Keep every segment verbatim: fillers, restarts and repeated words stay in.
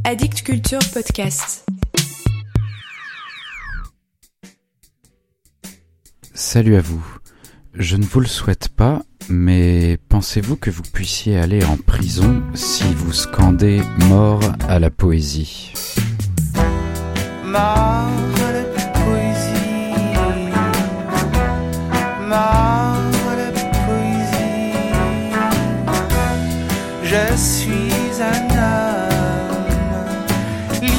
Addict Culture Podcast. Salut à vous. Je ne vous le souhaite pas, mais pensez-vous que vous puissiez aller en prison si vous scandez « mort à la poésie » ? Mort à la poésie, mort à la poésie, je suis un homme libre.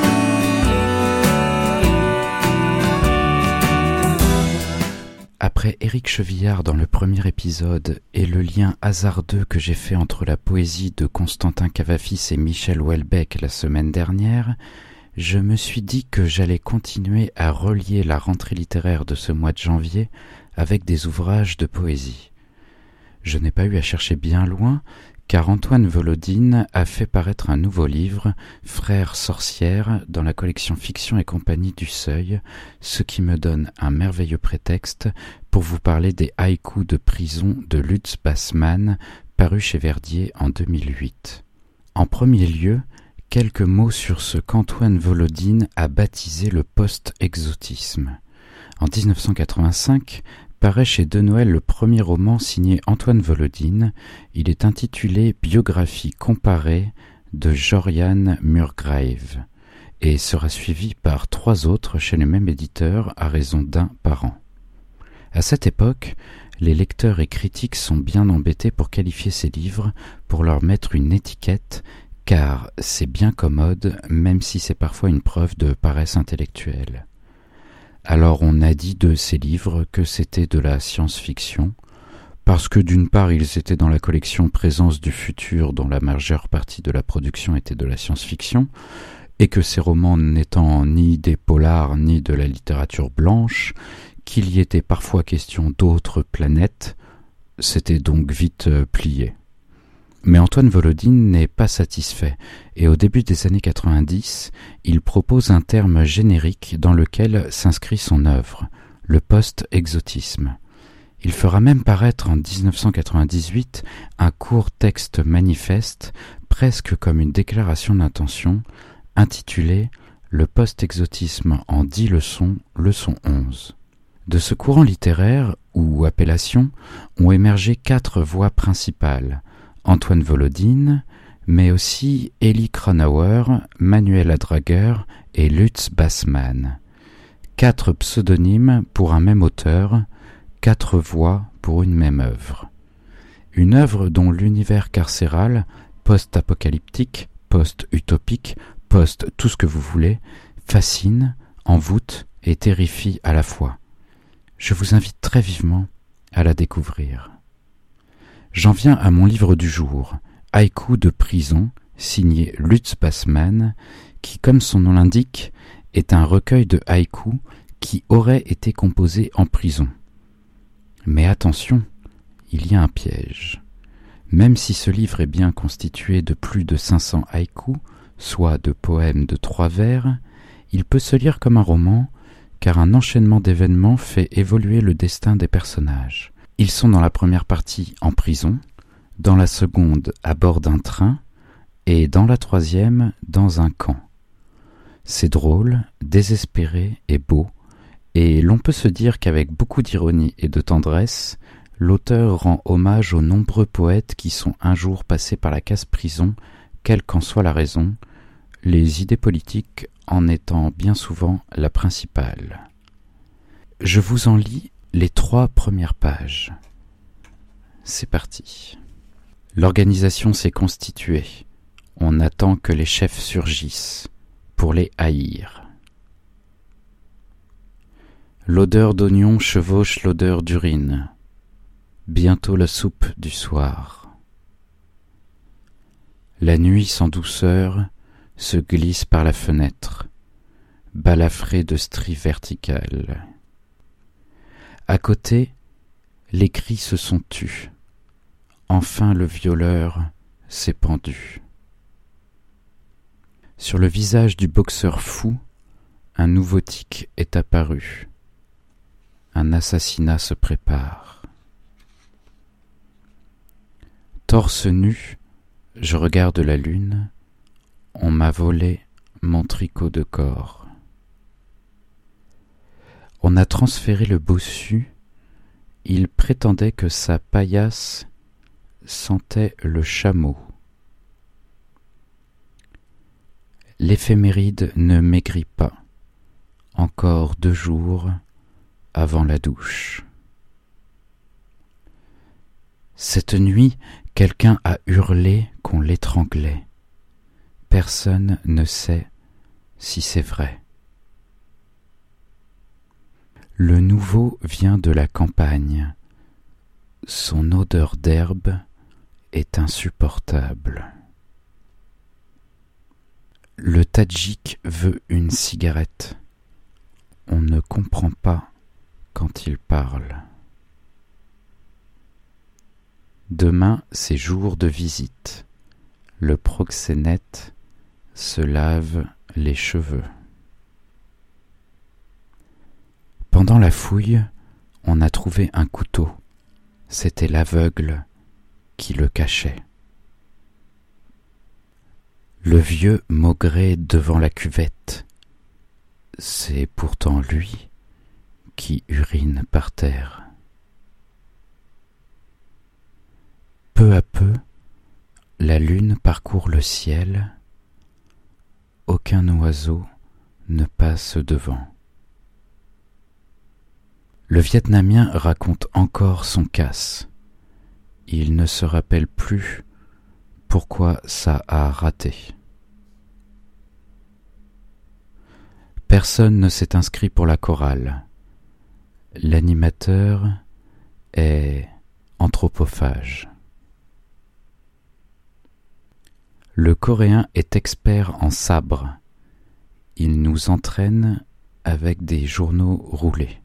Après Éric Chevillard dans le premier épisode et le lien hasardeux que j'ai fait entre la poésie de Constantin Cavafis et Michel Houellebecq la semaine dernière, je me suis dit que j'allais continuer à relier la rentrée littéraire de ce mois de janvier avec des ouvrages de poésie. Je n'ai pas eu à chercher bien loin, car Antoine Volodine a fait paraître un nouveau livre, Frères sorcières, dans la collection Fiction et compagnie du Seuil, ce qui me donne un merveilleux prétexte pour vous parler des haïkus de prison de Lutz Bassmann, paru chez Verdier en deux mille huit. En premier lieu, quelques mots sur ce qu'Antoine Volodine a baptisé le post-exotisme. En dix-neuf cent quatre-vingt-cinq, paraît chez De Noël le premier roman signé Antoine Volodine. Il est intitulé « Biographie comparée de Jorian Murgrave » et sera suivi par trois autres chez le même éditeur à raison d'un par an. À cette époque, les lecteurs et critiques sont bien embêtés pour qualifier ces livres, pour leur mettre une étiquette, car c'est bien commode, même si c'est parfois une preuve de paresse intellectuelle. Alors on a dit de ces livres que c'était de la science-fiction, parce que d'une part ils étaient dans la collection Présence du futur dont la majeure partie de la production était de la science-fiction, et que ces romans n'étant ni des polars ni de la littérature blanche, qu'il y était parfois question d'autres planètes, c'était donc vite plié. Mais Antoine Volodine n'est pas satisfait, et au début des années quatre-vingt-dix, il propose un terme générique dans lequel s'inscrit son œuvre, le post-exotisme. Il fera même paraître en dix-neuf cent quatre-vingt-dix-huit un court texte manifeste, presque comme une déclaration d'intention, intitulé « Le post-exotisme en dix leçons, leçon onze ». De ce courant littéraire, ou appellation, ont émergé quatre voies principales. Antoine Volodine, mais aussi Elie Kronauer, Manuel Adrager et Lutz Bassmann. Quatre pseudonymes pour un même auteur, quatre voix pour une même œuvre. Une œuvre dont l'univers carcéral, post-apocalyptique, post-utopique, post-tout ce que vous voulez, fascine, envoûte et terrifie à la fois. Je vous invite très vivement à la découvrir. J'en viens à mon livre du jour, Haïkus de prison, signé Lutz Bassmann, qui, comme son nom l'indique, est un recueil de haïkus qui aurait été composé en prison. Mais attention, il y a un piège. Même si ce livre est bien constitué de plus de cinq cents haïkus, soit de poèmes de trois vers, il peut se lire comme un roman, car un enchaînement d'événements fait évoluer le destin des personnages. Ils sont dans la première partie en prison, dans la seconde à bord d'un train et dans la troisième dans un camp. C'est drôle, désespéré et beau, et l'on peut se dire qu'avec beaucoup d'ironie et de tendresse, l'auteur rend hommage aux nombreux poètes qui sont un jour passés par la case-prison, quelle qu'en soit la raison, les idées politiques en étant bien souvent la principale. Je vous en lis les trois premières pages. C'est parti. L'organisation s'est constituée. On attend que les chefs surgissent pour les haïr. L'odeur d'oignon chevauche l'odeur d'urine. Bientôt la soupe du soir. La nuit sans douceur se glisse par la fenêtre, balafrée de stries verticales. À côté, les cris se sont tus. Enfin le violeur s'est pendu. Sur le visage du boxeur fou, un nouveau tic est apparu. Un assassinat se prépare. Torse nu, je regarde la lune, On m'a volé mon tricot de corps. On a transféré le bossu. Il prétendait que sa paillasse sentait le chameau. L'éphéméride ne maigrit pas. Encore deux jours avant la douche. Cette nuit, quelqu'un a hurlé qu'on l'étranglait. Personne ne sait si c'est vrai. Le nouveau vient de la campagne. Son odeur d'herbe est insupportable. Le tadjik veut une cigarette. On ne comprend pas quand il parle. Demain, c'est jour de visite. Le proxénète se lave les cheveux. Pendant la fouille, on a trouvé un couteau. C'était l'aveugle qui le cachait. Le vieux maugrait devant la cuvette. C'est pourtant lui qui urine par terre. Peu à peu, la lune parcourt le ciel. Aucun oiseau ne passe devant. Le Vietnamien raconte encore son casse. Il ne se rappelle plus pourquoi ça a raté. Personne ne s'est inscrit pour la chorale. L'animateur est anthropophage. Le Coréen est expert en sabre. Il nous entraîne avec des journaux roulés.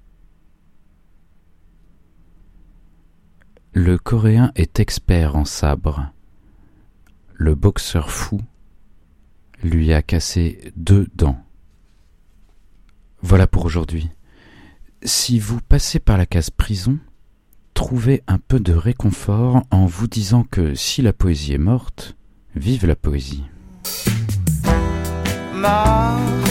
Le Coréen est expert en sabre. Le boxeur fou lui a cassé deux dents. Voilà pour aujourd'hui. Si vous passez par la case prison, trouvez un peu de réconfort en vous disant que si la poésie est morte, vive la poésie. Ma